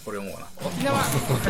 俺思うな。沖縄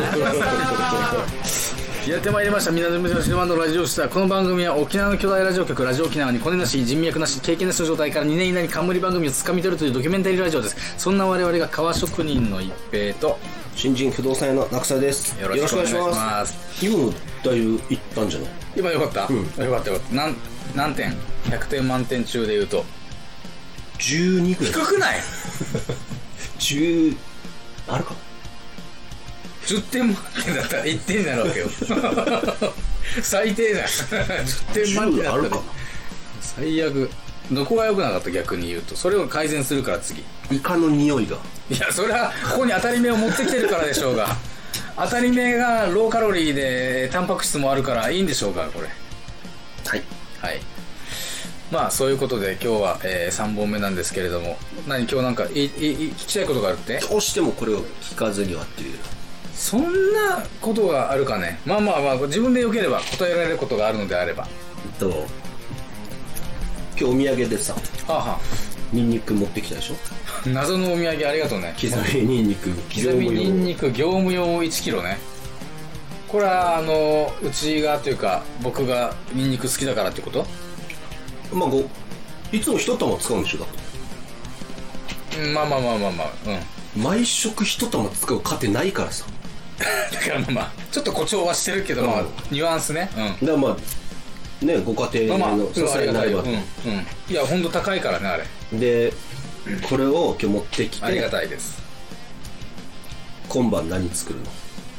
やってまいりました。南のシルバンドラジオスター。この番組は沖縄の巨大ラジオ局ラジオ沖縄にコネなし人脈なし経験なしの状態から2年以内に冠番組をつかみ取るというドキュメンタリーラジオです。そんな我々が革職人の一平と新人不動産屋の中澤です。 よろしくお願いします。 今のだいぶいったんじゃない？ 今よかった、よかったよかった。何点？100点満点中で言うと 12ぐらい。 低くない 10あるか。 10点満点だったら1点になるわけよ最低だよ10点満点だったらあるかな。 最悪。どこが良くなかった？逆に言うとそれを改善するから次。 イカの匂いが。 いやそれはここに当たり目を持ってきてるからでしょうが当たり目がローカロリーでタンパク質もあるからいいんでしょうかこれ。 はいはい。まあそういうことで今日は、3本目なんですけれども、何今日なんか聞きたいことがあるって？ どうしてもこれを聞かずにはっていう。 そんなことがあるかね。まあまあまあ自分でよければ答えられることがあるのであれば。 今日お土産でさ、 はあはあ、 ニンニク持ってきたでしょ。 謎のお土産ありがとうね。 刻みニンニク刻みニンニク業務用1キロね。これはうちがというか僕がニンニク好きだからってこと？ まあいつも一玉使うんでしょだって。 まあ毎食一玉使う家庭ないからさだからまあちょっと誇張はしてるけど、まあニュアンスね。 だからまあね、ご家庭の支えになればと。 いやほんと高いからねあれで、これを今日持ってきてありがたいです。 今晩何作るの？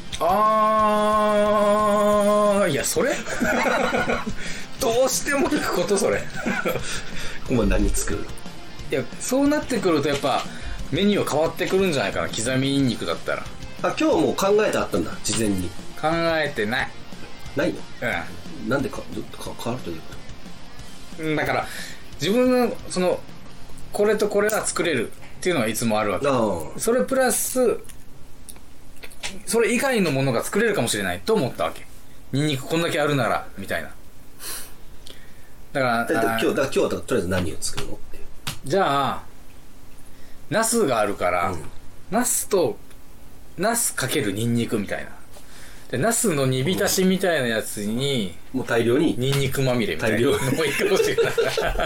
いやそれどうしても聞くことそれ今晩何作るの？ いやそうなってくるとやっぱメニューは変わってくるんじゃないかな。刻みニンニクだったら。 今日もう考えてあったんだ事前に。 考えてない。 ないの？なんで変わるというと。だから自分のこれとこれは作れるっていうのがいつもあるわけ。それプラスそれ以外のものが作れるかもしれないと思ったわけ。ニンニクこんだけあるならみたいな。だから今日はとりあえず何を作るのっていう。 じゃあナスがあるから、ナスかけるニンニクみたいな。でナスの煮浸しみたいなやつに、 もう大量にニンニクまみれみたいな大量のもいいかもしれない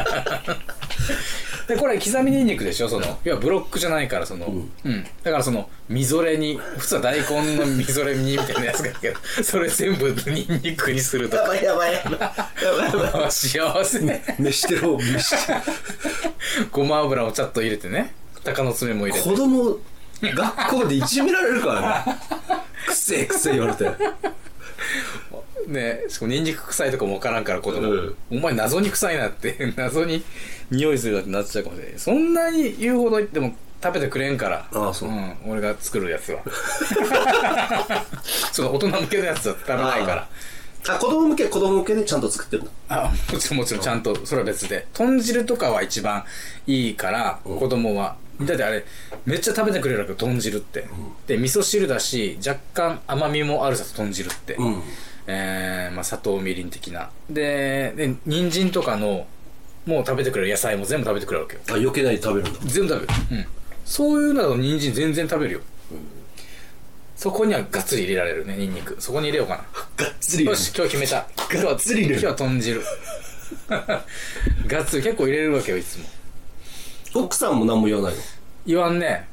でこれ刻みニンニクでしょ。要はブロックじゃないからだからみぞれに普通は大根のみぞれ煮みたいなやつがあるけどそれ全部ニンニクにするとか。 やばい幸せね熱してるごま油をちょっと入れてね、鷹の爪も入れて。 子供学校でいじめられるからねくせえ言われてね、しかもニンニク臭いとかも分からんから子供、お前謎に臭いなって謎に匂いするなってなっちゃうかもしれない。そんなに言うほど言っても食べてくれんから。俺が作るやつは大人向けのやつは食べないから。 子供向けでちゃんと作ってるの？ もちろんちゃんとそれは別で。豚汁とかは一番いいから子供は。だってあれめっちゃ食べてくれるわけよ豚汁って、で味噌汁だし若干甘みもあるさ豚汁って、砂糖みりん的なで人参とかのもう食べてくれる野菜も全部食べてくれるわけよ。 余計ないで食べるんだ。 全部食べる、そういうのだと人参全然食べるよ、そこにはガッツリ入れられるね。ニンニクそこに入れようかな。 ガッツリ。 よし今日決めた。今日は豚汁ガッツリ結構入れるわけよいつも。 奥さんも何も言わないの？ 言わんね。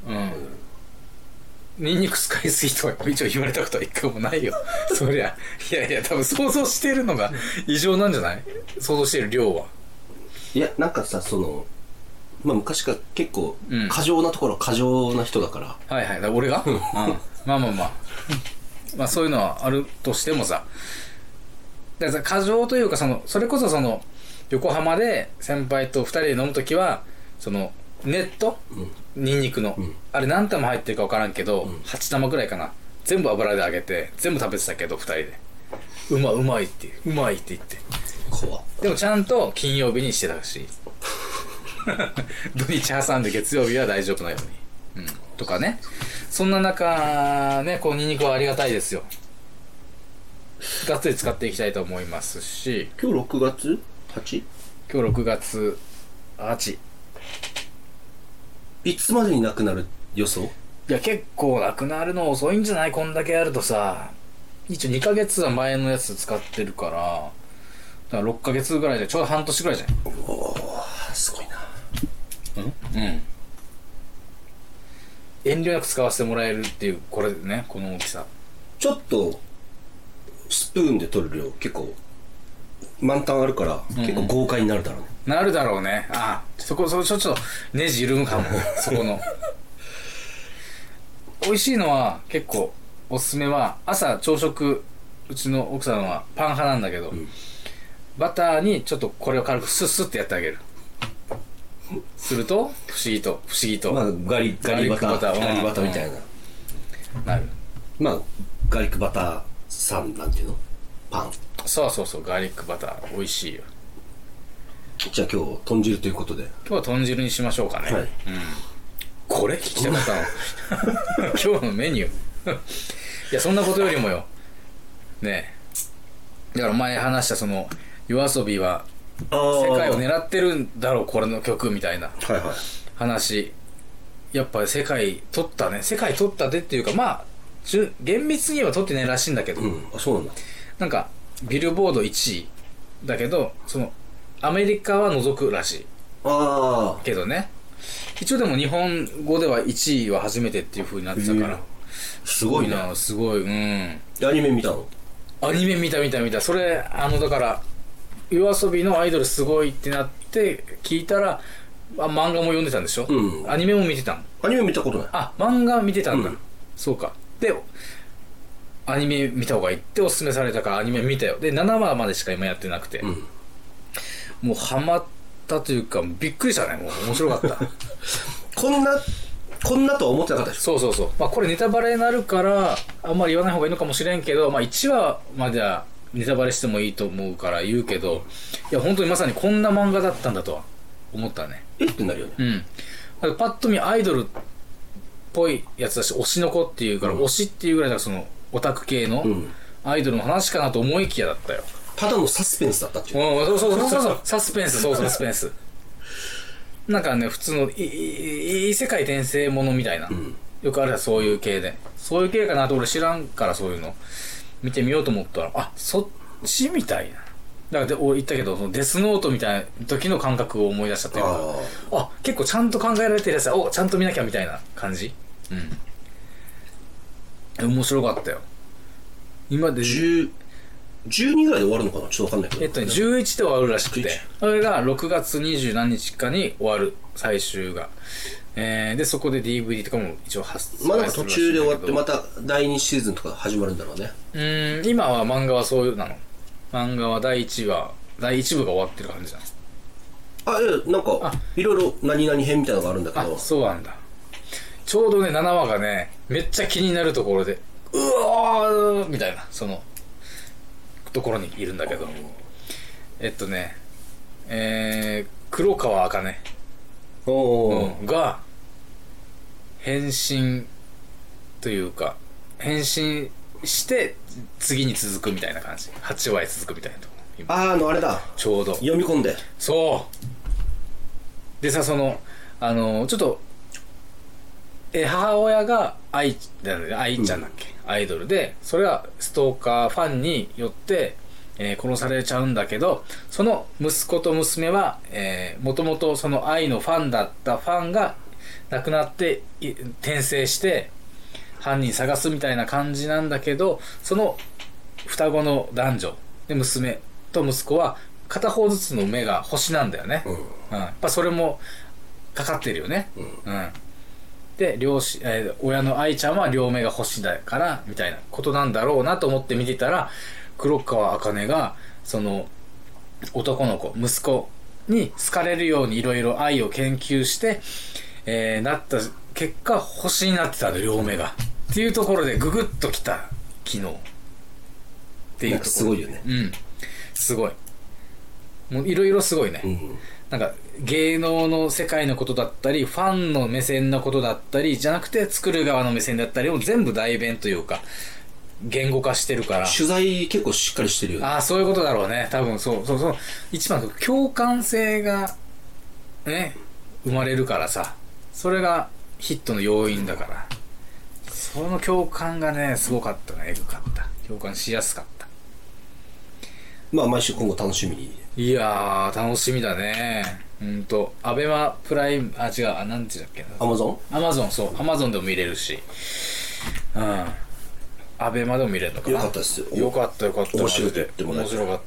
ニンニク使いすぎとは一応言われたことは一回もないよそりゃいや多分想像してるのが異常なんじゃない？想像してる量は。 いやなんかさ昔から結構過剰なところは過剰な人だから。 はいだから俺がまあそういうのはあるとしてもさ、だから過剰というかそれこそ横浜で先輩と2人で飲むときはネット、ニンニクの、あれ何玉入ってるか分からんけど、8玉ぐらいかな、全部油で揚げて全部食べてたけど2人でうまいって言って怖っ。 でもちゃんと金曜日にしてたし土日挟んで月曜日は大丈夫なように、とかね。そんな中ねニンニクはありがたいですよ。がっつり使っていきたいと思いますし。 今日6月 8？ 今日6月8。 いつまでになくなる予想？ いや結構なくなるの遅いんじゃない？こんだけやるとさ、一応2ヶ月は前のやつ使ってるから、だから6ヶ月ぐらいでちょうど半年ぐらいじゃん。 おおすごいな。 うん。遠慮なく使わせてもらえるっていう、これね、この大きさ。 ちょっとスプーンで取る量結構満タンあるから、結構豪快になるだろうね。 なるだろうね。ああ、ちょっとネジ緩むかも。そこの。美味しいのは結構おすすめは、朝朝食、うちの奥さんはパン派なんだけど、バターにちょっとこれを軽くスッスッってやってあげる。すると不思議と、 まあガリバターみたいな、 なる。 まあガーリックバターさんなんていうのパン。 そうガーリックバター美味しいよ。 じゃあ今日豚汁ということで、 今日は豚汁にしましょうかね。 はい、 これ聞きたかったの。今日のメニュー。いやそんなことよりもよねえ、だから前話したそのYOASOBIは世界を狙ってるんだろうこれの曲みたいな話、やっぱ世界取ったでっていうか、まあ厳密には取ってないらしいんだけど、 あそうなんだ。 なんかビルボード1位だけど、そのアメリカは除くらしいけどね。一応でも日本語では1位は初めてっていう風になってたから、 すごいな。 すごい。 アニメ見たの？ アニメ見た。それだからYOASOBIのアイドルすごいってなって聞いたら、漫画も読んでたんでしょ、アニメも見てたの？ アニメ見たことない。 漫画見てたんだ、そうか。でアニメ見た方がいいっておすすめされたからアニメ見たよ。で7話までしか今やってなくて、もうハマったというかびっくりしたね。もう面白かった。 こんなとは思ってなかったでしょ。 そう、まあこれネタバレになるからあんまり言わない方がいいのかもしれんけど、まあ1話まではネタバレしてもいいと思うから言うけど、いや本当にまさにこんな漫画だったんだとは思ったね。 ってなるよね。 だからパッと見アイドルっぽいやつだし、推しの子っていうから、推しっていうぐらいだからそのオタク系のアイドルの話かなと思いきやだったよ。 ただのサスペンスだったっていう。 そうサスペンス。なんかね、普通の異世界転生ものみたいな、よくあるやつ、そういう系で、そういう系かなと俺知らんから、そういうの見てみようと思ったら、そっちみたいな。だから俺言ったけど、そのデスノートみたいな時の感覚を思い出したっていうか、結構ちゃんと考えられてるやつちゃんと見なきゃみたいな感じ。面白かったよ。今で 12ぐらいで終わるのかな、ちょっと分かんないけど。 11で終わるらしくて、それが6月20何日かに終わる、最終が。でそこで DVD とかも一応発売するらしいんだけど、 途中で終わってまた第2シーズンとか始まるんだろうね。 今は漫画はそういうなの。漫画は第1部が終わってる感じなの。 いやなんかいろいろ何々編みたいなのがあるんだけど。 そうなんだ。ちょうどね7話がねめっちゃ気になるところで、うわーみたいなそのところにいるんだけど、黒川茜が変身というか変身して次に続くみたいな感じ、8話へ続くみたいなとこあれだ、 ちょうど読み込んで、 そうでさ、そのちょっと母親が愛ちゃんだっけ、アイドルで、それはストーカーファンによって、殺されちゃうんだけど、その息子と娘はもともとその愛のファンだったファンが亡くなって転生して犯人探すみたいな感じなんだけど、その双子の男女で娘と息子は片方ずつの目が星なんだよね。やっぱそれもかかってるよね。で親の愛ちゃんは両目が星だからみたいなことなんだろうなと思って見てたら、黒川茜がその男の子息子に好かれるようにいろいろ愛を研究して、なった結果星になってたの、両目がっていうところでググッときた昨日っていうところ。 すごいよね。 すごい、もういろいろすごいね。なんか芸能の世界のことだったり、ファンの目線のことだったりじゃなくて作る側の目線だったりを全部代弁というか言語化してるから、 取材結構しっかりしてるよね。 そういうことだろうね、多分。そう一番共感性がね生まれるからさ、それがヒットの要因だから。 その共感がねすごかったね。エグかった。共感しやすかった。 まあ毎週今後楽しみに。 いやー楽しみだね。アベマプライム、あ違う、なんて言うんだっけな、 アマゾン。 そうアマゾンでも見れるし、アベマでも見れるのかな。 よかったですよ。 よかった面白いって言ってもらえて面白かった。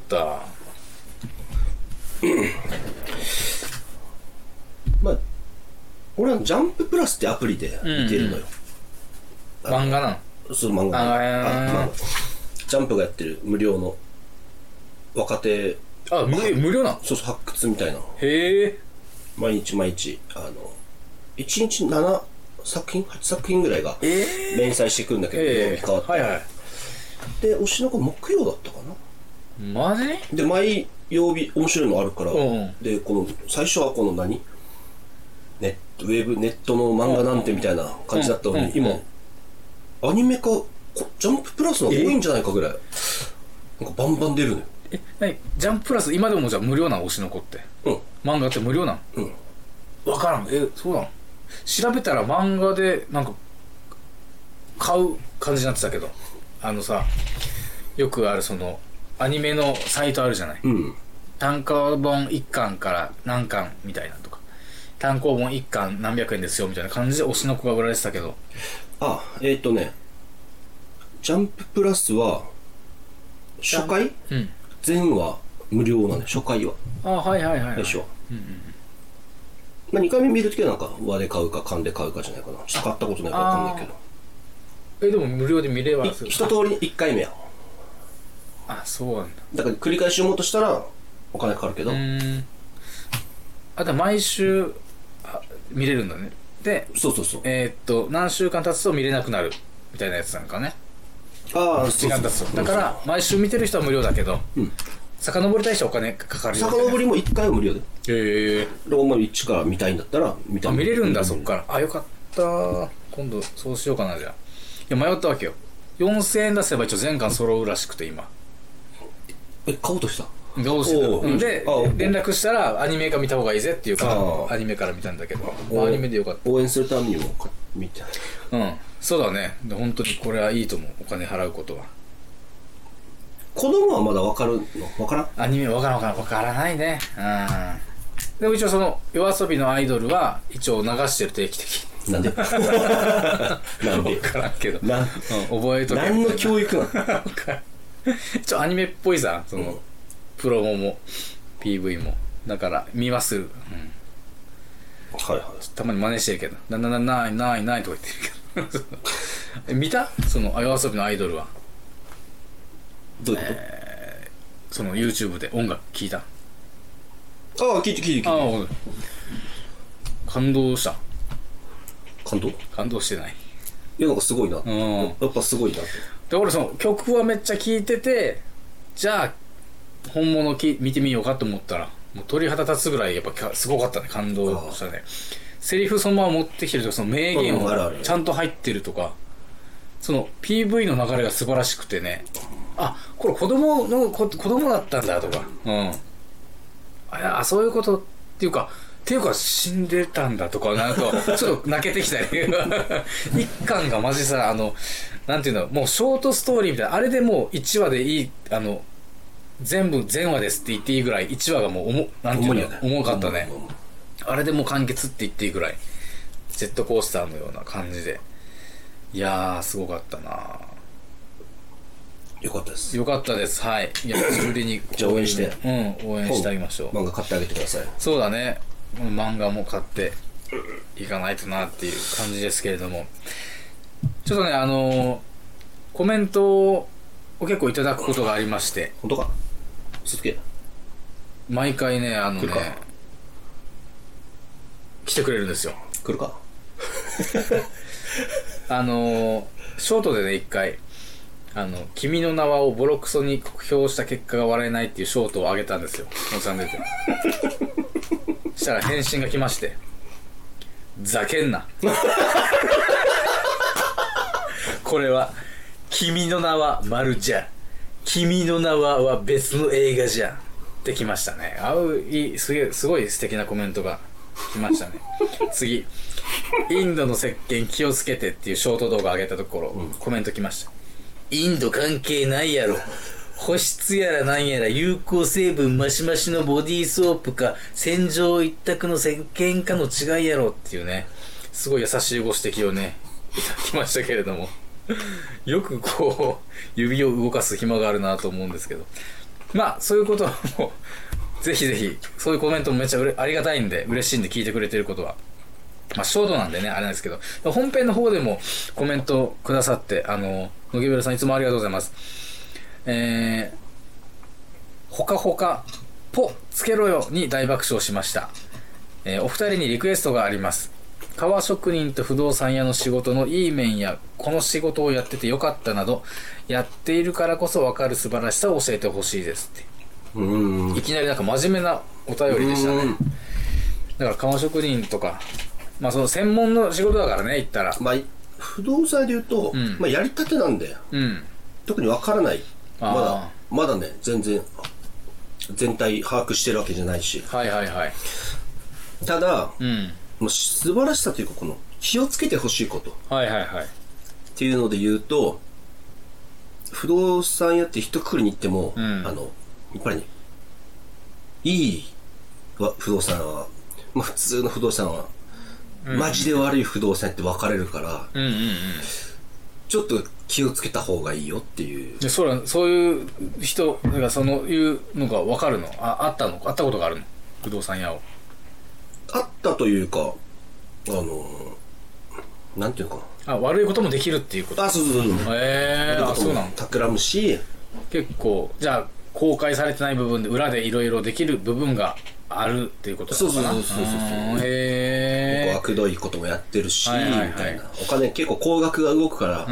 まあ俺はジャンププラスってアプリで見てるのよ、 漫画なの。 その漫画漫画ジャンプがやってる無料の若手無料なの。 そう発掘みたいな。 へえ。 毎日1日7作品8作品ぐらいが連載してくるんだけど、曜日変わって、 はいはい。 で推しの子木曜だったかな。 マジで毎曜日面白いのあるから、 うんでこの最初はこのウェブネットの漫画なんてみたいな感じだったのに、今アニメ化ジャンププラスの方が多いんじゃないかぐらいなんかバンバン出るのよ。 ジャンププラス今でもじゃあ無料なの、推しの子って。漫画って無料なの。分からん。そうなの。調べたら漫画でなんか買う感じになってたけど、さよくあるそのアニメのサイトあるじゃない、単行本1巻から何巻みたいなとか、単行本1巻何百円ですよみたいな感じで推しの子が売られてたけど、 ジャンププラスは初回、全話無料なのよ、初回は。 はいはいはい、はい、 でしょ。まあ2回目見るときはなんか和で買うか缶で買うかじゃないかな。ちょっと買ったことないから分かんないけど。 でも無料で見れば一通り1回目や。 そうなんだ。 だから繰り返し読もうとしたらお金かかるけど。 あとは毎週見れるんだね。で、 そう何週間経つと見れなくなるみたいなやつなんかね。時間経つと。だから毎週見てる人は無料だけど、遡りたい人はお金かかるよ、ね。 遡りも1回は無料で。 でお前1から見たいんだったら見れるんだ、そっから。よかった。今度そうしようかな、じゃあ。いや迷ったわけよ。4000円出せば一応全巻揃うらしくて今。 買おうとした。 どうしてで連絡したらアニメ化見た方がいいぜっていうからアニメから見たんだけど、アニメでよかった。 応援するためにも見て。 そうだね。本当にこれはいいと思う。お金払うことは。 子供はまだ分かるの？分からん？ アニメ分からないね。でも一応そのYOASOBIのアイドルは一応流してる、定期的に。 なんで分からんけど覚えとけ。 何の教育なの？ 一応アニメっぽいさ、そのプロモも PV もだから見まする。たまに真似してるけどないとか言ってるけど見た？そのYOASOBIのアイドルはどういうこと？ その YouTube で音楽聞いた？ 聞いて感動した？ 感動してない。 いやなんかすごいな。やっぱすごいなって。 で俺その曲はめっちゃ聴いてて、じゃあ本物見てみようかと思ったらもう鳥肌立つぐらいやっぱすごかったね。感動したね。セリフそのまま持ってきてるとか、その名言をちゃんと入ってるとか、その PV の流れが素晴らしくてね、これ子供だったんだとか、そういうことっていうか死んでたんだとか、なんかちょっと泣けてきたり一巻がマジさ、なんていうの、もうショートストーリーみたいな、あれでもう1話でいい、全話ですって言っていいぐらい1話がもうなんていうの、重かったね。あれでもう完結って言っていいぐらいジェットコースターのような感じで、いやーすごかったな。 よかったです。はい。 いや久しぶりにじゃあ応援して応援してあげましょう。 漫画買ってあげてください。 そうだね。漫画も買っていかないとなっていう感じですけれども、ちょっとねコメントを結構いただくことがありまして。 本当か？嘘つけ。 毎回ね来るか？ 来てくれるんですよ。 来るか？ ショートでね一回君の名はをボロクソに酷評した結果が笑えないっていうショートを上げたんですよ。おさん出てしたら返信が来まして、ざけんなこれは君の名は丸じゃ、君の名は別の映画じゃってきましたね。すごい素敵なコメントが来ましたね。次。インドの石鹸気をつけてっていうショート動画上げたところ、コメント来ました。インド関係ないやろ。保湿やらなんやら有効成分マシマシのボディーソープか洗浄一択の石鹸かの違いやろっていうね、すごい優しいご指摘をね、いただきましたけれども。よくこう、指を動かす暇があるなと思うんですけど。まあ、そういうことはもう、ぜひぜひ、そういうコメントもめっちゃありがたいんで、嬉しいんで聞いてくれてることは。まあ、ショートなんでね、あれなんですけど、本編の方でもコメントくださって、野木ベルさんいつもありがとうございます。ほかほか、ポ、つけろよに大爆笑しました。お二人にリクエストがあります。革職人と不動産屋の仕事のいい面や、この仕事をやっててよかったなど、やっているからこそわかる素晴らしさを教えてほしいですって。いきなりなんか真面目なお便りでしたね。だから革職人とか、まあその専門の仕事だからね、言ったら。 まあ、不動産で言うと、まあやりたてなんで、特にわからない。まだね、全然、全体把握してるわけじゃないし。 はいはいはい。 ただ、もう素晴らしさというか、この気をつけてほしいこと。 はいはいはい。 っていうので言うと、不動産屋って一括りに行っても、やっぱりね、いい不動産は、まあ普通の不動産は、マジで悪い不動産って分かれるから、ちょっと気をつけた方がいいよっていう。 で、そういう人がいうのが分かるの？あったことがあるの？不動産屋を。 あったというか、なんていうのかな。悪いこともできるっていうこと。 そう。 そうなの。 企むし、 結構、じゃあ、公開されてない部分で裏でいろいろできる部分があるっていうことなのかな。そう。 悪どいこともやってるし、みたいな。お金結構高額が動くから。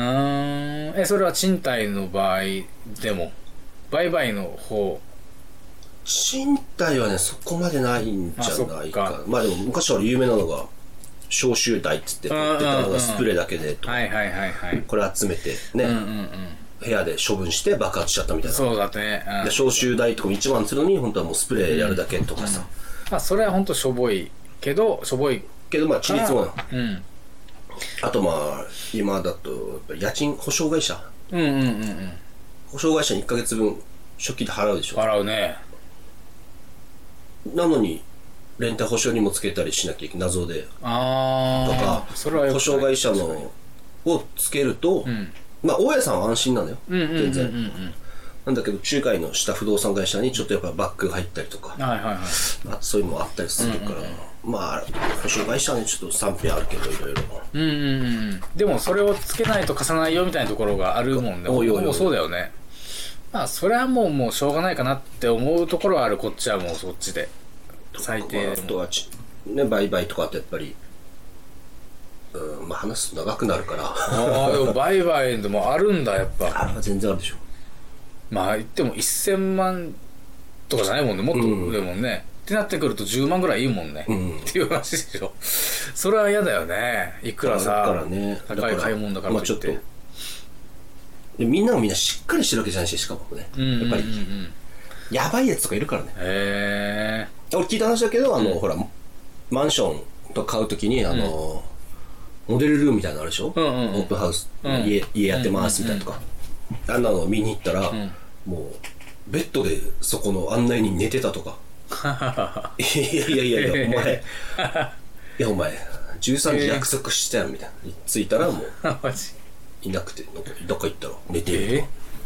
それは賃貸の場合でも、売買の方。 賃貸はね、そこまでないんじゃないか。まあでも昔は有名なのが、消臭台っつって取ってたのがスプレーだけでとか、これ集めてね、部屋で処分して爆発しちゃったみたいな。 そうだね。 で消臭台とか1万するのに本当はもうスプレーやるだけとかさ。 まあそれは本当しょぼいけどまあちりつもあとまあ今だと家賃保証会社、保証会社に1ヶ月分初期で払うでしょ。 払うね。 なのにレンタ保証にもつけたりしなきゃいけない謎でとか、保証会社のをつけると、まあ大家さんは安心なのよ、全然。なんだけど仲介のした不動産会社にちょっとやっぱバックが入ったりとか、そういうのもあったりするから、まあ保証会社はねちょっと賛否あるけどいろいろ。 でもそれをつけないと貸さないよみたいなところがあるもんね。もうそうだよね。まあそれはもうしょうがないかなって思うところはある。こっちはもうそっちで最低。 あとはね売買とかってやっぱりまあ話すと長くなるから。 でも売買でもあるんだやっぱ。 全然あるでしょ。 まあ言っても1000万とかじゃないもんね。もっと上もんね、ってなってくると10万ぐらいいいもんね、っていう話でしょ。それは嫌だよね。いくらさ高い買い物だからといって、 でみんながみんなしっかりしてるわけじゃないし、しかもねやっぱりやばいやつとかいるからね。俺聞いた話だけどほらマンションとか買うときにモデルルームみたいなのあるでしょ、オープンハウス、家やってますみたいなとか、あんなのを見に行ったら、もうベッドでそこの案内人寝てたとか。いやお前13時約束したよみたいな、着いたらもういなくて、どっか行ったら寝てるとか、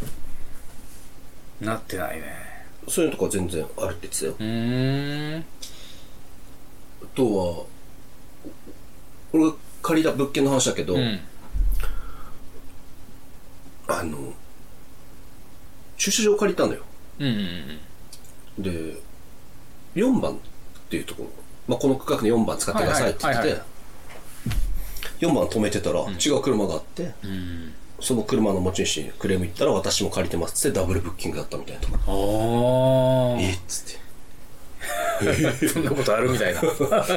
なってないね。 そういうのとか全然あるって言ってたよ。あとは俺が借りた物件の話だけど、駐車場借りたのよ。で4番っていうところ、まあ、この区画で4番使ってくださいって言ってて、4番止めてたら違う車があって、その車の持ち主にクレーム言ったら私も借りてますってダブルブッキングだったみたいなとか。っつってそんなことあるみたいな。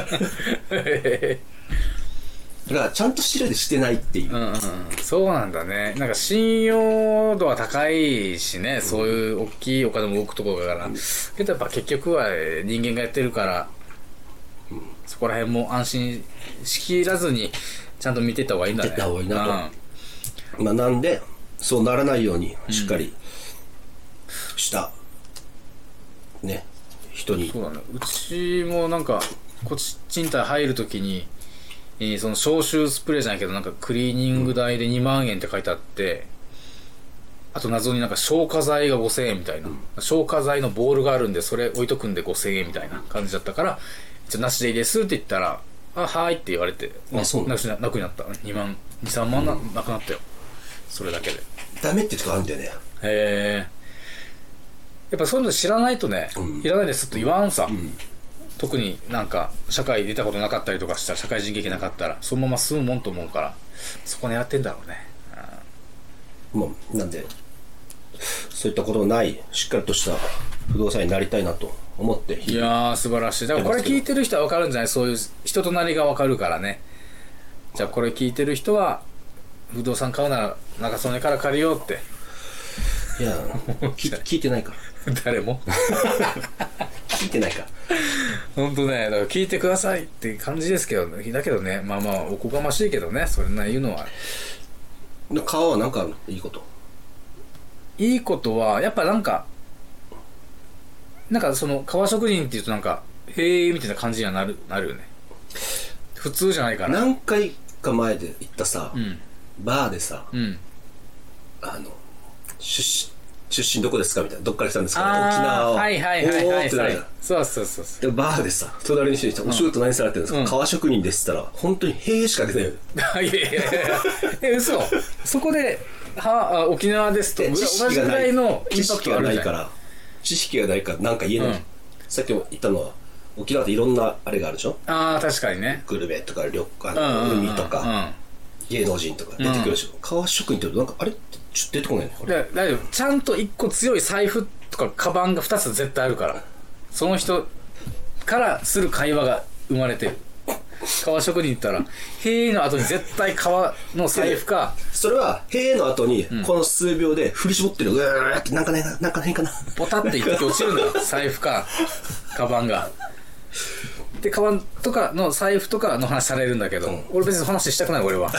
だからちゃんと資料でしてないっていう、 そうなんだね。なんか信用度は高いしね、そういう大きいお金も動くところだから、けどやっぱ結局は人間がやってるから、 そこら辺も安心しきらずにちゃんと見てった方がいいんだね。 見てった方がいいなと、まあなんでそうならないようにしっかりしたね人に。 そうだね、うちもなんかこっち賃貸入るときに、その消臭スプレーじゃないけどなんかクリーニング代で2万円って書いてあって、あと謎になんか消火剤が5000円みたいな、消火剤のボールがあるんでそれ置いとくんで5000円みたいな感じだったから、一応なしでいいですって言ったら、あ、はいって言われて、 そうなくなった。2万2、3万なくなったよ、それだけで。 ダメってとこあるんだよね。 へえ。やっぱそういうの知らないとね、いらないですって言わんさ、特になんか社会出たことなかったりとかしたら、社会人経験なかったらそのまま済むもんと思うから、そこ狙ってんだろうね。 もうなんでそういったことのないしっかりとした不動産になりたいなと思って。 いやー素晴らしい。だからこれ聞いてる人は分かるんじゃない、そういう人となりが分かるからね。じゃあこれ聞いてる人は不動産買うなら中曽根から借りようって。 いや聞いてないから誰も聞いてないから本当ね、だから聞いてくださいって感じですけど、だけどね、まあまあおこがましいけどね、それな言うのは。 川はなんかあるのいいこと。 いいことはやっぱなんかその革職人っていうとなんかへえみたいな感じにはなるよね。普通じゃないから。 何回か前で行ったさ、バーでさ、出身どこですかみたいな、どっから来たんですか、沖縄を、 はいはいはいはい、 ってなる。 そうそうそうそう。 でバーでさ、隣にして、お仕事何されてるんですか、革職人ですって言ったら本当にへえしか出ないよ。 いやいやいや嘘。そこで沖縄ですと同じぐらいのインパクトがあるじゃん。 知識がないからなんか言えない、さっきも言ったのは沖縄っていろんなあれがあるでしょ。 ああ確かにね。 グルメとか海とか、芸能人とか出てくるでしょ。革職人ってなんかあれってちょっと出てこないのこれ。 だけどちゃんと一個強い財布とかカバンが2つ絶対あるから、その人からする会話が生まれてる。革職人って言ったらへーの後に絶対革の財布か、 それはへーの後にこの数秒で振り絞ってる、うーってなんかないかなポタって一滴落ちるんだよ財布かカバンが。でカバンとかの財布とかの話されるんだけど、俺別に話したくない。俺は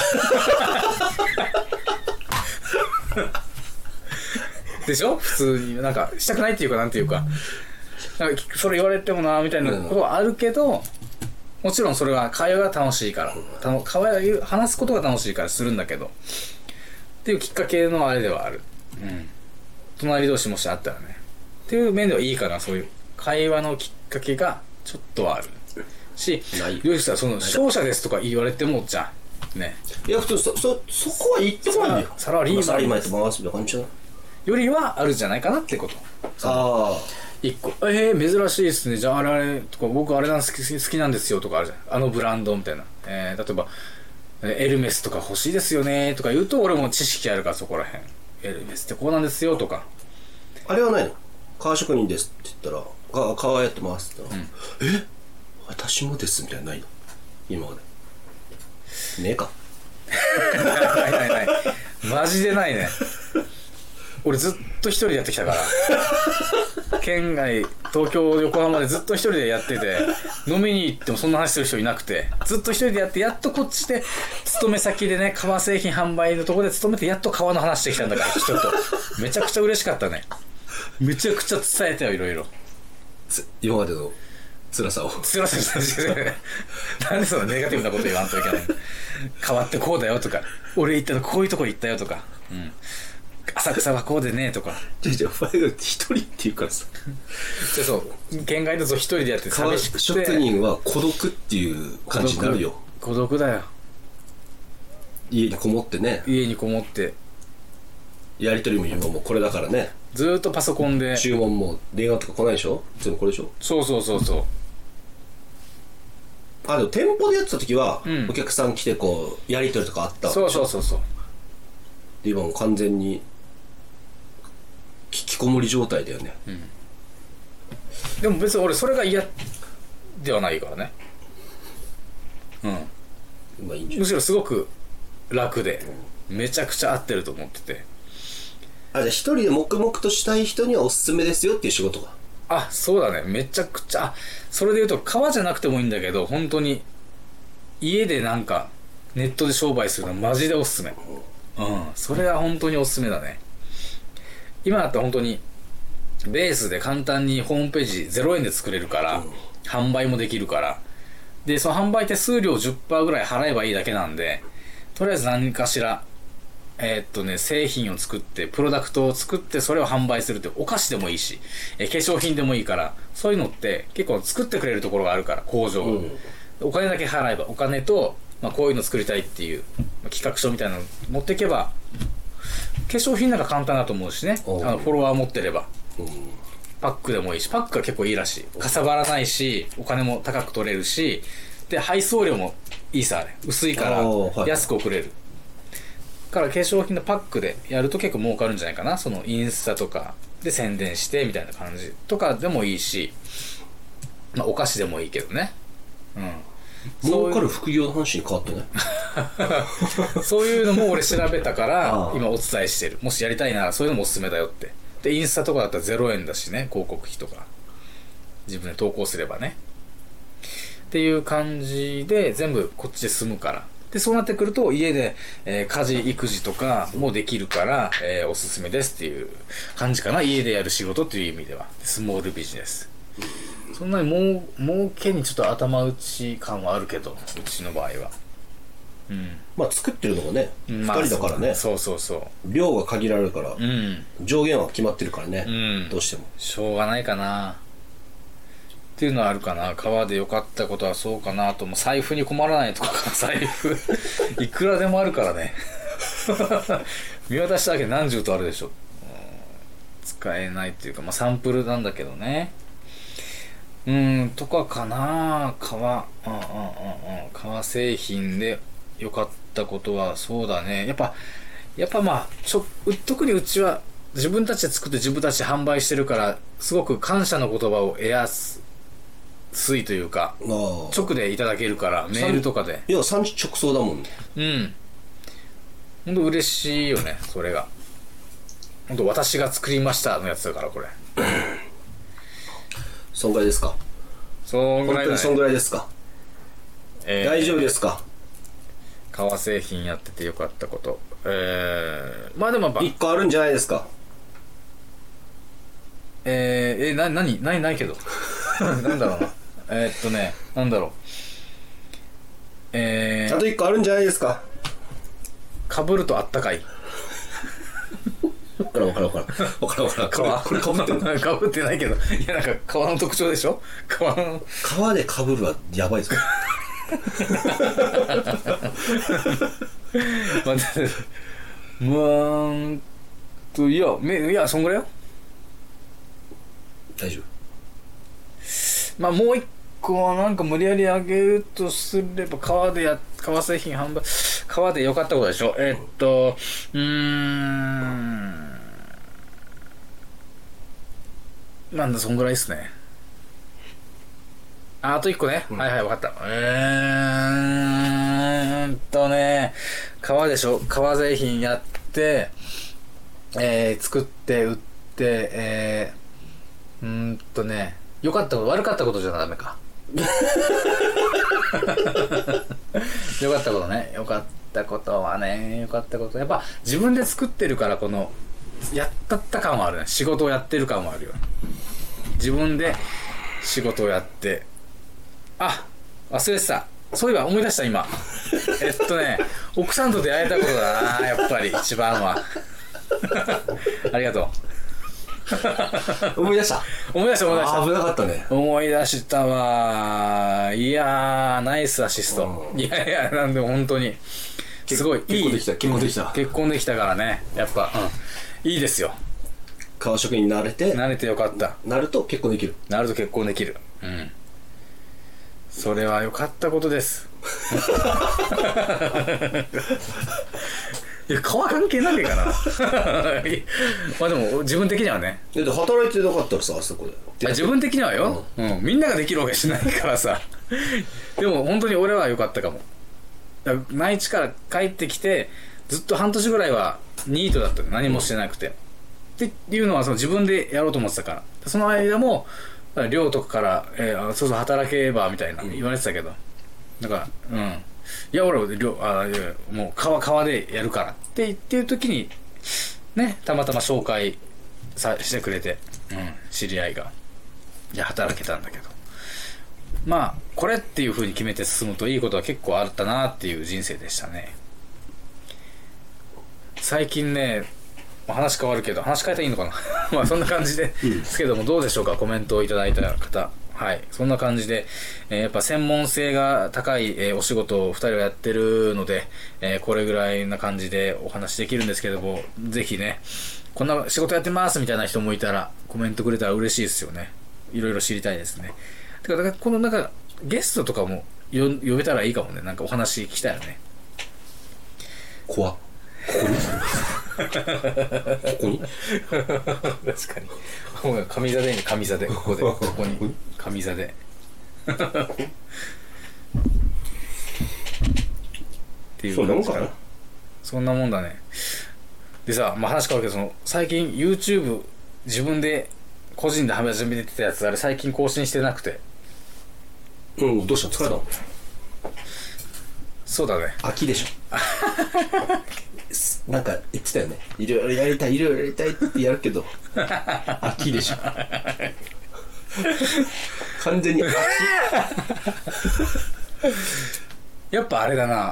でしょ。普通になんかしたくないっていうか、なんていうか、なんかそれ言われてもなみたいなことはあるけど、もちろんそれは会話が楽しいから、話すことが楽しいからするんだけどっていうきっかけのあれではある。隣同士もしあったらねっていう面ではいいかな。そういう会話のきっかけがちょっとはあるし、よしさ、その勝者ですとか言われてもじゃんね。 いや普通そこは言ってこないよ。 サラリーマンやってますみたいな感じじゃないよりはあるんじゃないかなってこと。 ああ一個珍しいですね。じゃああれとか僕あれ好きなんですよとかあるじゃん。あのブランドみたいな、例えばエルメスとか欲しいですよねとか言うと俺も知識あるから、そこら辺エルメスってこうなんですよとか。 あれはないの。革職人ですって言ったら革やってますって言ったら、私もですみたいなのないの今まで。ねえかないマジでないね。俺ずっと一人でやってきたから県外東京横浜でずっと一人でやってて、飲みに行ってもそんな話する人いなくて、ずっと一人でやって、やっとこっちで勤め先でね、革製品販売のとこで勤めてやっと革の話してきたんだから人と。めちゃくちゃ嬉しかったね。めちゃくちゃ伝えたよ、いろいろ今までの辛さを。 なんでそんなネガティブなこと言わんといけない。変わってこうだよとか、俺行ったのこういうとこ行ったよとか、浅草はこうでねとか。 じゃお前が一人って言うからさ。 そう県外だと一人でやって寂しくて。 職人は孤独っていう感じになるよ。 孤独だよ。 家にこもってね。 家にこもってやりとりも今もうこれだからね。 ずーっとパソコンで。 注文も電話とか来ないでしょ。全部これでしょ。 そうでも店舗でやってた時は、お客さん来てこうやりとりとかあったわけでしょ。 そうで今もう完全に引きこもり状態だよね。 でも別に俺それが嫌ではないからね。 まあいいんじゃん。 むしろすごく楽で、めちゃくちゃ合ってると思ってて。 じゃあ一人で黙々としたい人にはおすすめですよっていう仕事が。 あ、そうだね。めちゃくちゃ、それで言うと革じゃなくてもいいんだけど、本当に家でなんかネットで商売するのマジでおすすめ。それは本当におすすめだね。今だったら本当にベースで簡単にホームページ0円で作れるから、販売もできるから。で、その販売手数料 10% ぐらい払えばいいだけなんで、とりあえず何かしら、製品を作って、プロダクトを作って、それを販売するって、お菓子でもいいし、化粧品でもいいから、そういうのって結構作ってくれるところがあるから、工場。お金だけ払えば、お金と、こういうの作りたいっていう、企画書みたいなの持っていけば、化粧品なんか簡単だと思うしね。フォロワー持ってれば。パックでもいいし、パックが結構いいらしい。かさばらないし、お金も高く取れるし、で、配送料もいいさ、あれ。薄いから、安く送れる。から化粧品のパックでやると結構儲かるんじゃないかな。そのインスタとかで宣伝してみたいな感じとかでもいいし、お菓子でもいいけどね。 儲かる副業の話に変わってね。 そういうのも俺調べたから今お伝えしてる。もしやりたいならそういうのもおすすめだよって。で、インスタとかだったら0円だしね、広告費とか自分で投稿すればねっていう感じで全部こっちで済むから。で、そうなってくると家で、家事育児とかもできるから、おすすめですっていう感じかな。家でやる仕事っていう意味ではスモールビジネス。そんなに儲けにちょっと頭打ち感はあるけど、うちの場合は。 作ってるのがね、2人だからね。 そうそうそう。 量が限られるから、上限は決まってるからね、どうしても。 しょうがないかな。っていうのはあるかな。革で良かったことはそうかなと。もう財布に困らないとか、財布いくらでもあるからね。見渡しただけで何十とあるでしょ。使えないっていうか、サンプルなんだけどね。とかかな。革製品で良かったことはそうだね。やっぱ特にうちは自分たちで作って自分たちで販売してるから、すごく感謝の言葉を得やすいというか、直でいただけるから、メールとかで。 いや、産地直送だもんね。 ほんと嬉しいよね、それが。ほんと私が作りましたのやつだから、これ。 そんぐらいですか。 そんぐらいだね。 本当にそんぐらいですか。大丈夫ですか。 革製品やっててよかったこと。でもやっぱ。 1個あるんじゃないですか。 ないけど。なんだろうな。なんだろう。 あと1個あるんじゃないですか。 被るとあったかい。 わからん。これ被ってる。 被ってないけど。いや、なんか革の特徴でしょ。 革で被るはやばいですか。 いや、そんぐらいよ。 大丈夫。 もう一個はなんか無理やり上げるとすれば、革製品販売、革で良かったことでしょ。なんだ、そんぐらいですね。あと一個ね。はいはい、わかった。革でしょ。革製品やって、作って売って、良かったこと、悪かったことじゃダメか。良かったことね。良かったことはね、良かったこと。やっぱ自分で作ってるから、この、やった感はあるね。仕事をやってる感はあるよ。自分で仕事をやって。忘れてた。そういえば思い出した今。奥さんと出会えたことだな、やっぱり一番は。ありがとう。 思い出した。 危なかったね。 思い出したわ。いやー、ナイスアシスト。いや、なんでも本当に。すごい、 結婚できた。 結婚できたからね。やっぱ、いいですよ。 革職に慣れてよかった。 なると結婚できる。 それは良かったことです。いや、革関係ないかな。でも自分的にはね。 だって働いてなかったらさ、あそこで。 自分的にはよ、みんなができるわけしないからさ。でも本当に俺は良かったかも。内地から帰ってきてずっと半年ぐらいはニートだった。何もしてなくて。 っていうのはその自分でやろうと思ってたから、その間も寮とかから、そうそう働けばみたいな言われてたけど、だからいや俺いやもう川でやるからって言ってる時にね、たまたま紹介してくれて、知り合いが働けたんだけど、まあこれっていう風に決めて進むといいことは結構あったなっていう人生でしたね。最近ね、話変わるけど、話変えたらいいのかなまあそんな感じですけども、どうでしょうか、コメントをいただいた方。はい、そんな感じで、やっぱ専門性が高い、お仕事を2人はやってるので、これぐらいな感じでお話できるんですけども、ぜひね、こんな仕事やってますみたいな人もいたらコメントくれたら嬉しいですよね。いろいろ知りたいですね。だからこのなんかゲストとかも呼べたらいいかもね。なんかお話聞きたいよね。 怖っ。ここに確かに。上座でいいね、上座で。ここで。ここに。上座で。っていう感じかな。そんなもんだね。でさ、まあ、話変わるけど、最近 YouTube 自分で個人で始めてたやつ、あれ最近更新してなくて。 どうした？疲れた？ そうだね。 秋でしょ。なんか言ってたよね。いろいろやりたいってやるけど秋でしょ。完全に秋。 やっぱあれだな、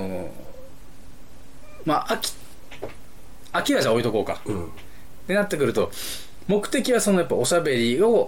まあ秋はじゃあ置いとこうか。ってなってくると、目的はやっぱおしゃべりを、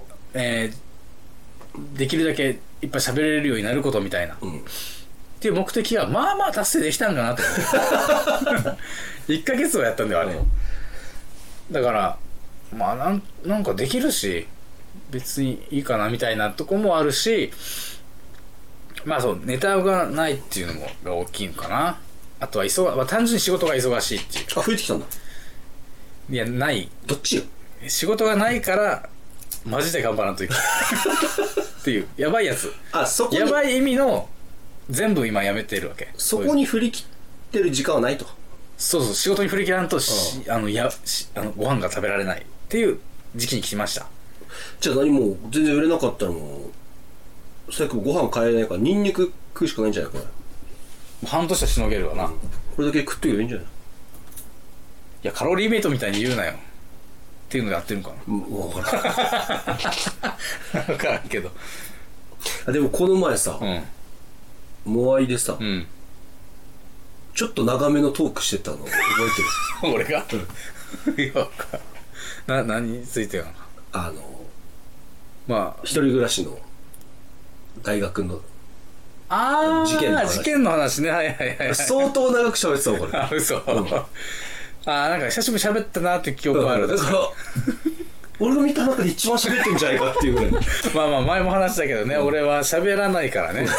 できるだけいっぱい喋れるようになることみたいな。っていう目的はまあまあ達成できたんかなと思って1ヶ月はやったんだよあれ、だからまあなんかできるし別にいいかなみたいなとこもあるし、まあそうネタがないっていうのもが大きいのかな。あとはまあ、単純に仕事が忙しいっていう。 増えてきたんだ。 いやないどっちよ。 仕事がないからマジで頑張らんといけないっていうやばいやつ。 そこにやばい意味の全部今やめてるわけ。 そこに振り切ってる時間はないと。 そう仕事に振り切らんとご飯が食べられないっていう時期に来ました。 じゃあ何もう全然売れなかったらもう最悪ご飯買えないからニンニク食うしかないんじゃないこれ。 半年はしのげるわな、 これだけ食っとけばいいんじゃない。いやカロリーメイトみたいに言うなよっていうのやってるのかな。 分からん分からんけど。 でもこの前さ、モアイでさ、ちょっと長めのトークしてたの覚えてる？ 俺が？いや何についてかな。まあ一人暮らしの大学の事件の話ね。はいはいはい。 相当長く喋ってたのこれ。 あ、嘘。なんか久しぶりに喋ったなって記憶がある。 だから俺が見た中で一番喋ってんじゃないかっていうぐらい。 まあ前も話したけどね、俺は喋らないからね。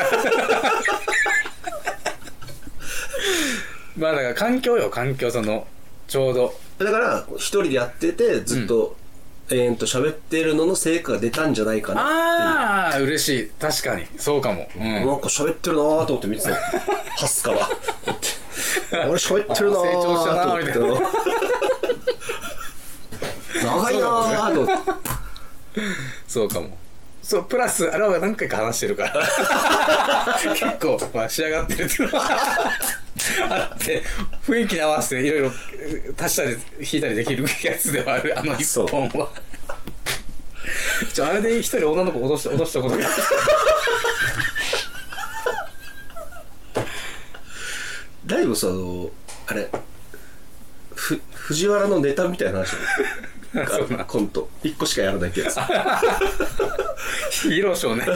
まあだから環境ちょうどだから一人でやっててずっと延々と喋ってるのの成果が出たんじゃないかなっていう。 嬉しい。確かにそうかも。 なんか喋ってるなーと思って見てた。ハスから俺喋ってるなー成長したなーみたいな。 長いなーと思って。 そうかも。そうプラスあれは何回か話してるから結構、まあ、仕上がってるっていうのはあって雰囲気に合わせていろいろ足したり引いたりできるやつではある。一本はあれで一人女の子落としたことがだいぶさあれ藤原のネタみたいな話コント1個しかやらないってやつヒーローショーね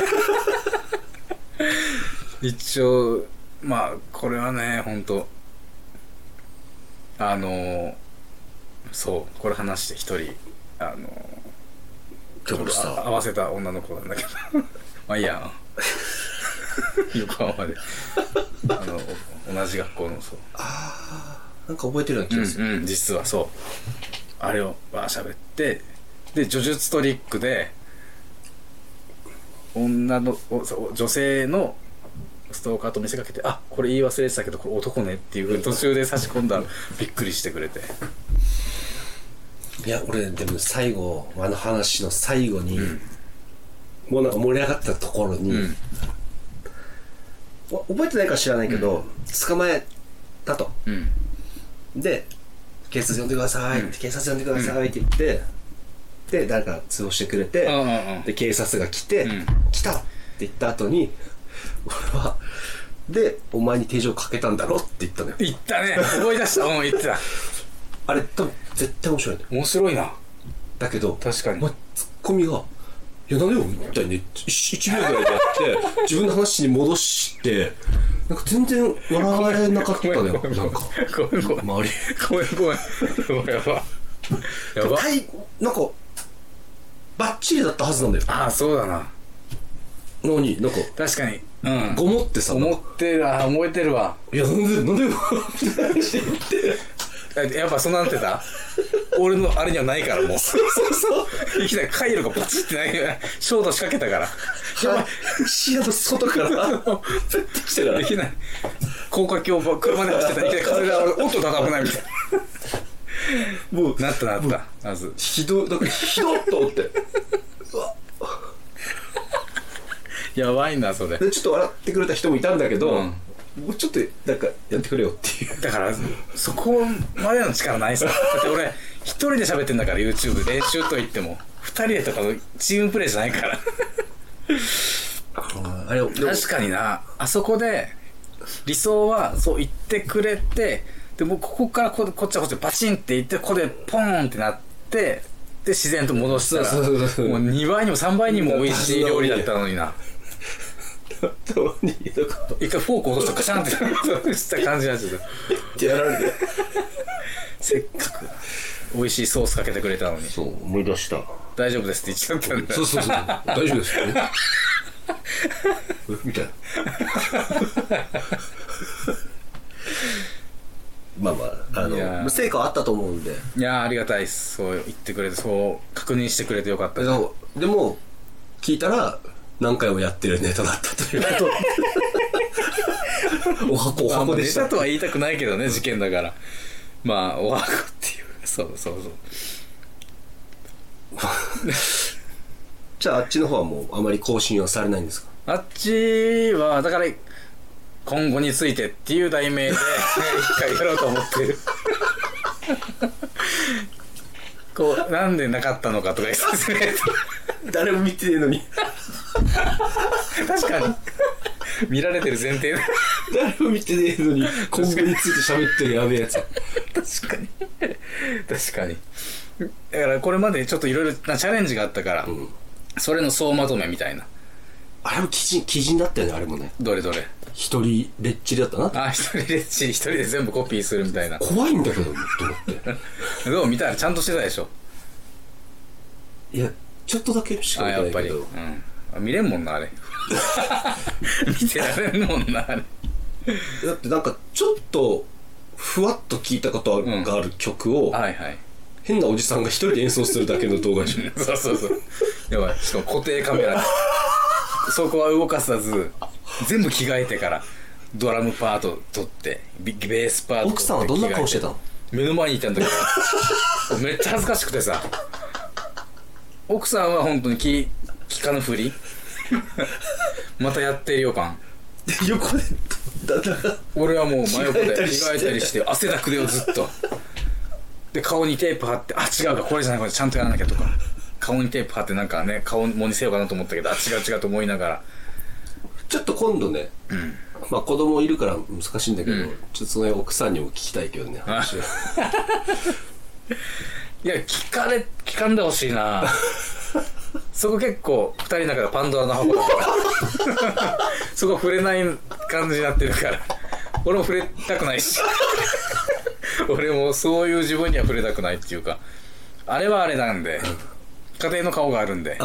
一応まあこれはねほんとそうこれ話して一人合わせた女の子なんだけどまあいいや横浜で同じ学校のそうなんか覚えてるような気がする、 実はそうあれを喋ってで叙述トリックで女性のストーカーと見せかけてこれ言い忘れてたけどこれ男ねっていう風に途中で差し込んだらびっくりしてくれていや俺でも最後あの話の最後に、もうなんか盛り上がったところに、覚えてないか知らないけど、捕まえたと、で警察呼んでくださいって、警察呼んでくださいって言って、で誰か通報してくれて、で警察が来て、来たって言った後に俺はでお前に手錠かけたんだろって言ったのよ。 言ったね、思い出した。言ってた。 あれ多分絶対面白いね。 面白いな。 だけど確かにツッコミがいや何よみたいに1秒ぐらいでやって自分の話に戻してなんか全然笑われなかったのよ。なんかごめん周りごめんやばなんかバッチリだったはずなんだよ。 ああそうだな。 のになんか確かにごもってさ思ってる覚えてるわ。 いやなんでよみたいな感じで言ってやっぱそうなってた俺のあれにはないからもうそういきなり回路がパチってないショート仕掛けたから視野の外から降ってきてからできない高架橋車で走ってたらいきなり風が音立た危ないみたいなもうなったまずひどっと思ってやばいなそれでちょっと笑ってくれた人もいたんだけど、もうちょっとなんかやってくれよっていう。 だからそこまでの力ないさ。だって俺一人で喋ってんだから YouTube 練習といっても二人でとかのチームプレーじゃないからあれ確かにな。あそこで理想はそう言ってくれて、でもここからこっちはこっちでバチンって言ってここでポーンってなって、で自然と戻したらもう2倍にも3倍にも美味しい料理だったのにな。 一回フォーク落としてガシャンってした感じになっちゃったやられてせっかく美味しいソースかけてくれたのに。 そう思い出した。 大丈夫ですって言っちゃったんだ。 そう大丈夫ですよねみたいなまあ成果はあったと思うんで。 いやありがたいです。そう言ってくれて、そう確認してくれてよかった。 でも聞いたら何回もやってるネタだったということお箱でした。 ネタとは言いたくないけどね、事件だから。まあお箱っていう、そうじゃああっちの方はもうあまり更新はされないんですか？ あっちはだから今後についてっていう題名で一回やろうと思ってるこうなんでなかったのかとか説明誰も見てねえのに確かに見られてる前提で誰も見てねえのに今後について喋ってるやべえやつ確かにだからこれまでちょっといろいろなチャレンジがあったから、それの総まとめみたいな。あれも鬼人だったよね。あれもね、 どれ一人レッチリだったな。 一人レッチリ、一人で全部コピーするみたいな。 怖いんだけどと思ってどう見たらちゃんとしてたでしょ。 いやちょっとだけしか見てないけど、 やっぱり、見れんもんなあれ見てられんもんなあれだってなんかちょっとふわっと聞いたことがある曲を、変なおじさんが一人で演奏するだけの動画でしょそうやばい。しかも固定カメラでそこは動かさず全部着替えてからドラムパート取ってベースパート取って。 奥さんはどんな顔してたの？ 目の前にいたんだけどめっちゃ恥ずかしくてさ、奥さんは本当に聞かぬふりまたやってる予感で横で俺はもう真横で着替えたりして汗だくでよずっとで顔にテープ貼って、違うかこれじゃない、これちゃんとやらなきゃとか、顔にテープ貼ってなんかね顔もにせようかなと思ったけど、違うと思いながら、 ちょっと今度ね、まあ子供いるから難しいんだけど、ちょっとその奥さんにも聞きたいけどね話いや聞かんでほしいなそこ結構2人の中でパンドラの箱だからそこ触れない感じになってるから俺も触れたくないし俺もそういう自分には触れたくないっていうか、あれはあれなんで家庭の顔があるんで、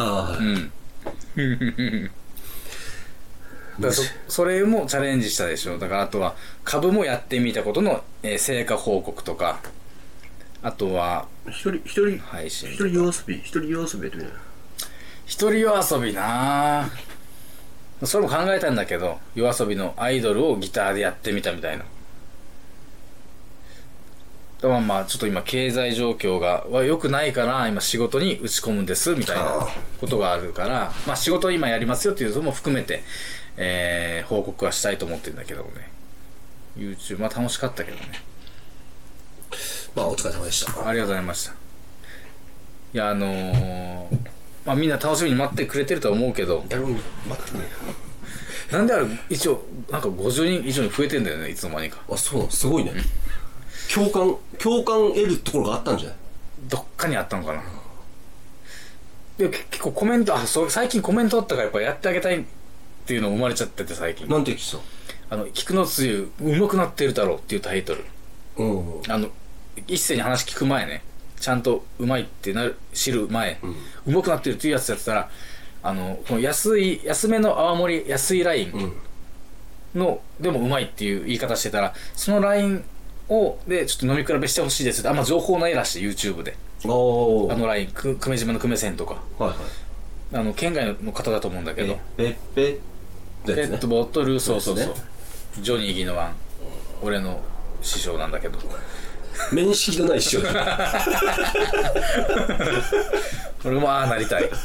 だからそれもチャレンジしたでしょ。だからあとは株もやってみたことの、成果報告とか、あとは一人配信、 一人夜遊びやってみる。 一人夜遊びなぁ。それも考えたんだけど、夜遊びのアイドルをギターでやってみたみたいな。 まあちょっと今経済状況が良くないから今仕事に打ち込むんですみたいなことがあるから、まあ仕事今やりますよっていうのも含めて、報告はしたいと思ってるんだけどもね。YouTube まあ楽しかったけどね。 まあお疲れ様でした。 ありがとうございました。いやまあみんな楽しみに待ってくれてるとは思うけど、 誰も待ってねなんであれ一応なんか50人以上に増えてんだよね、いつの間にか。 あ、そうなの、すごいね。共感得るところがあったんじゃない？ どっかにあったのかな。で結構コメント、そう最近コメントあったからやっぱやってあげたいっていうの生まれちゃってて最近。 なんて言ってた？ 菊のつゆうまくなってるだろうっていうタイトル。一斉に話聞く前ね、ちゃんとうまいって知る前、うまくなってるっていうやつやってたら、この安めの泡盛安いラインの、でもうまいっていう言い方してたら、そのラインでちょっと飲み比べしてほしいですって、あんま情報ないらしい YouTube で。ライン久米島の久米線とか、はいはい、県外の方だと思うんだけど、 ペットボトル、そうそうそう、ジョニー・ギノワン、俺の師匠なんだけど、 面識のない師匠俺もなりたい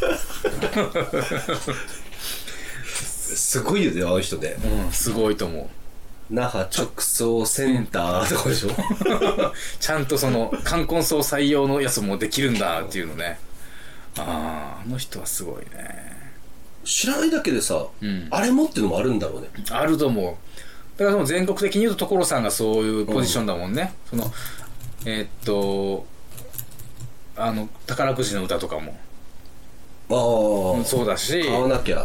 すごいよね、あの人ね。 すごいと思う。 那覇直送センターとかでしょちゃんとその冠婚葬採用のやつもできるんだっていうのね。あの人はすごいね。 知らないだけでさ、あれもっていうのもあるんだろうね。 あると思う。だからその全国的に言うと所さんがそういうポジションだもんね。その宝くじの歌とかもそうだし、 買わなきゃ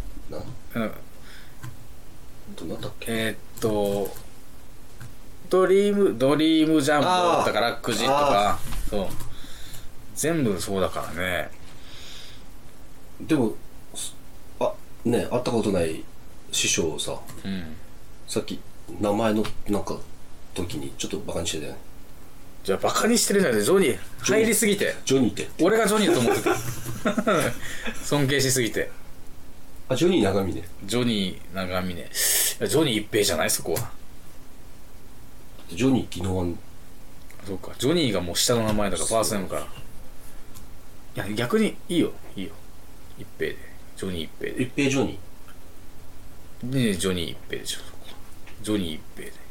なんだっけ、ドリームジャンボ宝くじとか、そう全部そうだからね。 でも会ったことない師匠をさ、さっき名前のなんか時にちょっとバカにしてたよね。 じゃあバカにしてるんだよね。ジョニー入りすぎて、 ジョニーって俺がジョニーだと思ってた尊敬しすぎて。 ジョニー長峰、 ジョニー長峰、ジョニー一平じゃない、そこは。 ジョニーギノワン。 そうか、ジョニーがもう下の名前だからファーストネームから。いや逆にいいよ一平で、ジョニー一平で。 一平ジョニーね、ジョニー一平でしょ。ジョニー一平で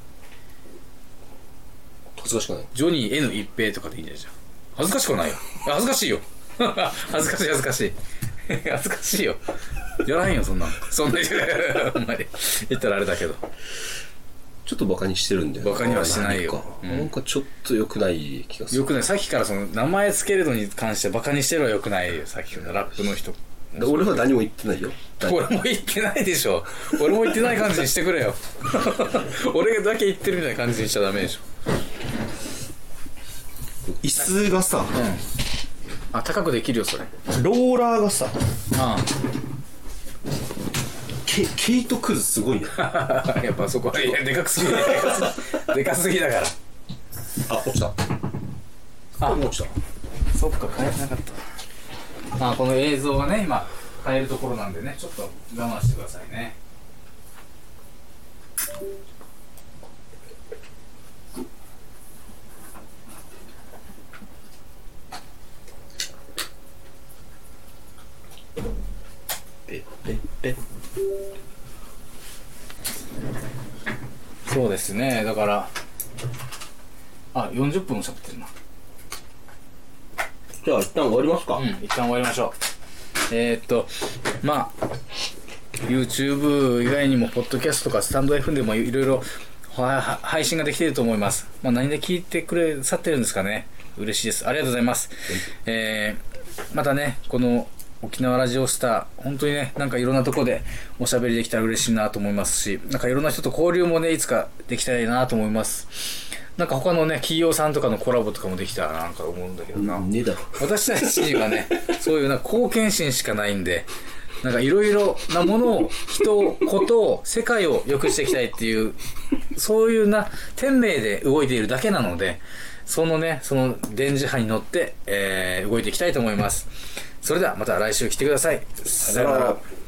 恥ずかしくない？ ジョニー N 一平とかでいいんじゃない？恥ずかしくないよ。恥ずかしいよ恥ずかしい恥ずかしい恥ずかしいよ。やらへんよそんなほんまに言ったらあれだけど、 ちょっとバカにしてるんだよ。 バカにはしてないよ。 なんかちょっと良くない気がする。 良くない。さっきからその名前つけるのに関してバカにしてるは良くないよ。さっきのラップの人。 俺は何も言ってないよ。 俺も言ってないでしょ。俺も言ってない感じにしてくれよ俺だけ言ってるみたいな感じにしちゃダメでしょ。 椅子がさ、 高くできるよそれ。 ローラーがさ、毛糸くずすごいねやっぱそこはでかくすぎでかすぎだから。 落ちた。落ちた。 そっか、変えなかった。この映像がね今変えるところなんでね、ちょっと我慢してくださいね。そうですね。だから40分も喋ってるな。 じゃあ一旦終わりますか。 一旦終わりましょう。YouTube 以外にもポッドキャストとかスタンド F でもいろいろ配信ができていると思います。何で聞いてくれさってるんですかね。嬉しいです。ありがとうございます。またね、この沖縄ラジオスター、本当にね、なんかいろんなとこでおしゃべりできたら嬉しいなと思いますし、なんかいろんな人と交流もね、いつかできたらいいなと思います。なんか他のね、企業さんとかのコラボとかもできたらなんか思うんだけどな。 ねえだろ。 私たちにはね、そういうなんか貢献心しかないんで、なんかいろいろなものを、人を、ことを、世界を良くしていきたいっていう、そういう天命で動いているだけなので、その電磁波に乗って、動いていきたいと思います。それではまた来週来てください。さよなら。